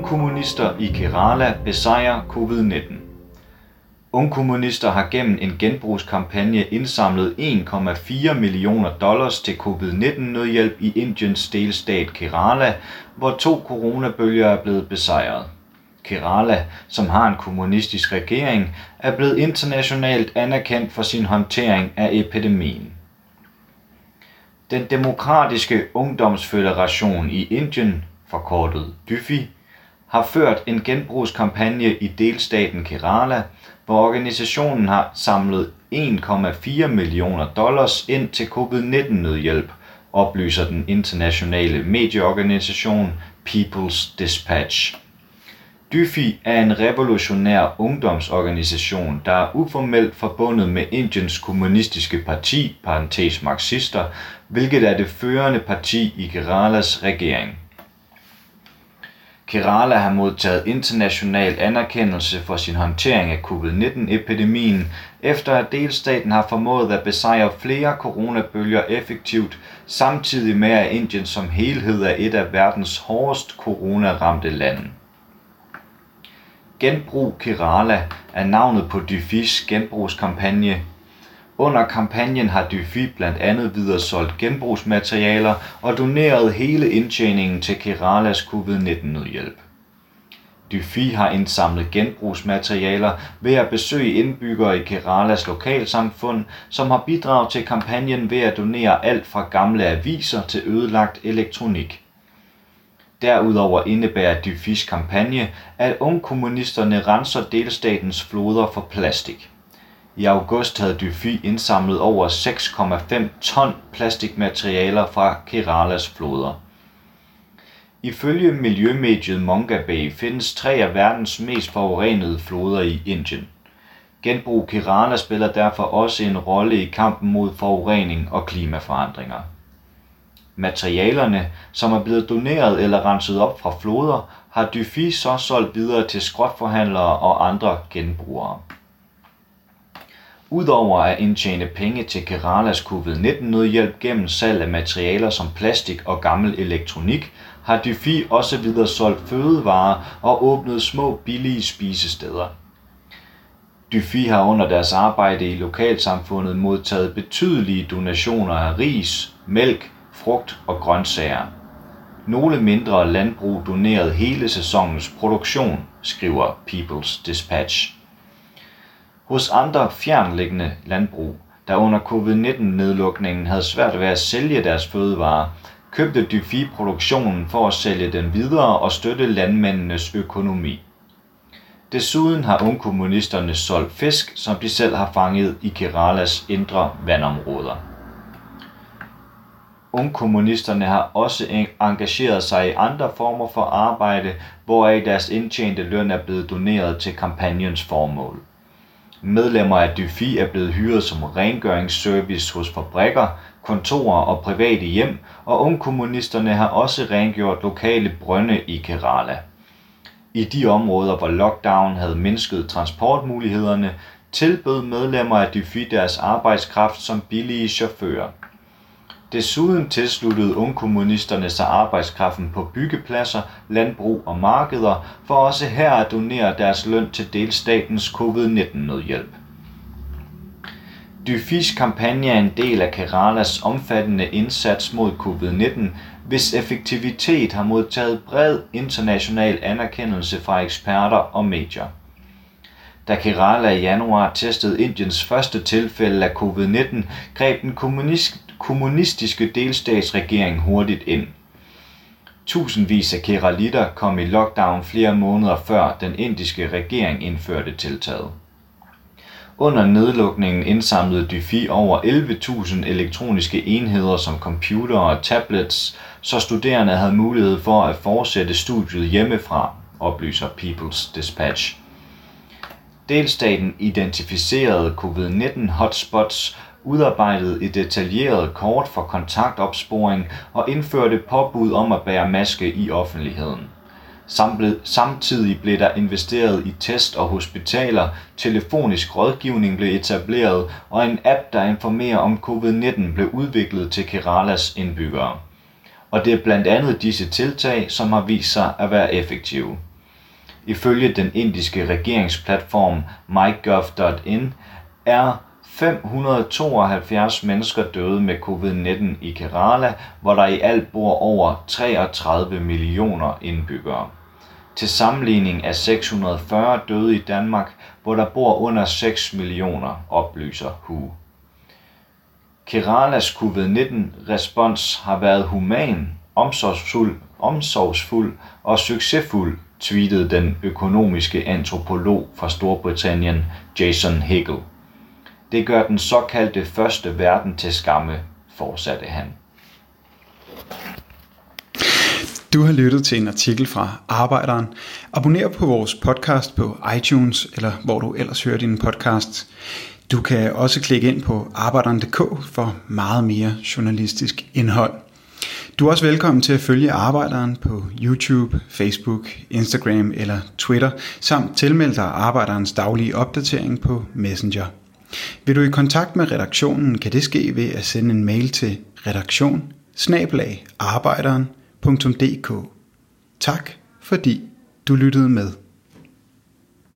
Ungkommunister i Kerala besejrer covid-19. Ungkommunister har gennem en genbrugskampagne indsamlet $1,4 millioner til covid-19-nødhjælp i Indiens delstat Kerala, hvor 2 coronabølger er blevet besejret. Kerala, som har en kommunistisk regering, er blevet internationalt anerkendt for sin håndtering af epidemien. Den Demokratiske Ungdomsføderation i Indien, forkortet DYFI, har ført en genbrugskampagne i delstaten Kerala, hvor organisationen har samlet $1,4 millioner ind til covid-19-nødhjælp, oplyser den internationale medieorganisation People's Dispatch. DYFI er en revolutionær ungdomsorganisation, der er uformelt forbundet med Indiens kommunistiske parti, marxister, hvilket er det førende parti i Keralas regering. Kerala har modtaget international anerkendelse for sin håndtering af covid-19-epidemien, efter at delstaten har formået at besejre flere coronabølger effektivt, samtidig med at Indien som helhed er et af verdens hårdest coronaramte lande. Genbrug Kerala er navnet på DYFIs genbrugskampagne. Under kampagnen har DYFI blandt andet videresolgt genbrugsmaterialer og doneret hele indtjeningen til Keralas covid-19-nødhjælp. DYFI har indsamlet genbrugsmaterialer ved at besøge indbyggere i Keralas lokalsamfund, som har bidraget til kampagnen ved at donere alt fra gamle aviser til ødelagt elektronik. Derudover indebærer DYFIs kampagne, at ungkommunisterne renser delstatens floder for plastik. I august havde DYFI indsamlet over 6,5 ton plastikmaterialer fra Keralas floder. Ifølge miljømediet Mongabay findes 3 af verdens mest forurenede floder i Indien. Genbrug Kerala spiller derfor også en rolle i kampen mod forurening og klimaforandringer. Materialerne, som er blevet doneret eller renset op fra floder, har DYFI så solgt videre til skrotforhandlere og andre genbrugere. Udover at indtjene penge til Keralas covid-19-nødhjælp gennem salg af materialer som plastik og gammel elektronik, har DYFI også videre solgt fødevarer og åbnet små billige spisesteder. DYFI har under deres arbejde i lokalsamfundet modtaget betydelige donationer af ris, mælk, frugt og grøntsager. Nogle mindre landbrug donerede hele sæsonens produktion, skriver People's Dispatch. Hos andre fjernliggende landbrug, der under covid-19-nedlukningen havde svært ved at sælge deres fødevarer, købte DYFI produktionen for at sælge den videre og støtte landmændenes økonomi. Desuden har ungkommunisterne solgt fisk, som de selv har fanget i Keralas indre vandområder. Ungkommunisterne har også engageret sig i andre former for arbejde, hvoraf deres indtjente løn er blevet doneret til kampagnens formål. Medlemmer af DYFI er blevet hyret som rengøringsservice hos fabrikker, kontorer og private hjem, og ungkommunisterne har også rengjort lokale brønde i Kerala. I de områder, hvor lockdown havde mindsket transportmulighederne, tilbød medlemmer af DYFI deres arbejdskraft som billige chauffører. Desuden tilsluttede ungkommunisterne sig arbejdskraften på byggepladser, landbrug og markeder, for også her at donere deres løn til delstatens covid-19-nødhjælp. DYFIs kampagne er en del af Keralas omfattende indsats mod covid-19, hvis effektivitet har modtaget bred international anerkendelse fra eksperter og medier. Da Kerala i januar testede Indiens første tilfælde af covid-19, greb den kommunistiske delstatsregering hurtigt ind. Tusindvis af keralitter kom i lockdown flere måneder før den indiske regering indførte tiltaget. Under nedlukningen indsamlede DYFI over 11.000 elektroniske enheder som computere og tablets, så studerende havde mulighed for at fortsætte studiet hjemmefra, oplyser People's Dispatch. Delstaten identificerede covid-19 hotspots, udarbejdede et detaljeret kort for kontaktopsporing og indførte påbud om at bære maske i offentligheden. Samtidig blev der investeret i test og hospitaler, telefonisk rådgivning blev etableret, og en app, der informerer om covid-19, blev udviklet til Keralas indbyggere. Og det er blandt andet disse tiltag, som har vist sig at være effektive. Ifølge den indiske regeringsplatform MyGov.in er 572 mennesker døde med covid-19 i Kerala, hvor der i alt bor over 33 millioner indbyggere. Til sammenligning er 640 døde i Danmark, hvor der bor under 6 millioner, oplyser WHO. Keralas covid-19-respons har været human, omsorgsfuld og succesfuld, tweetede den økonomiske antropolog fra Storbritannien Jason Hickel. Det gør den såkaldte første verden til skamme, fortsatte han. Du har lyttet til en artikel fra Arbejderen. Abonner på vores podcast på iTunes, eller hvor du ellers hører dine podcasts. Du kan også klikke ind på arbejderen.dk for meget mere journalistisk indhold. Du er også velkommen til at følge Arbejderen på YouTube, Facebook, Instagram eller Twitter, samt tilmelde dig Arbejderens daglige opdatering på Messenger. Vil du i kontakt med redaktionen, kan det ske ved at sende en mail til redaktion@arbejderen.dk. Tak fordi du lyttede med.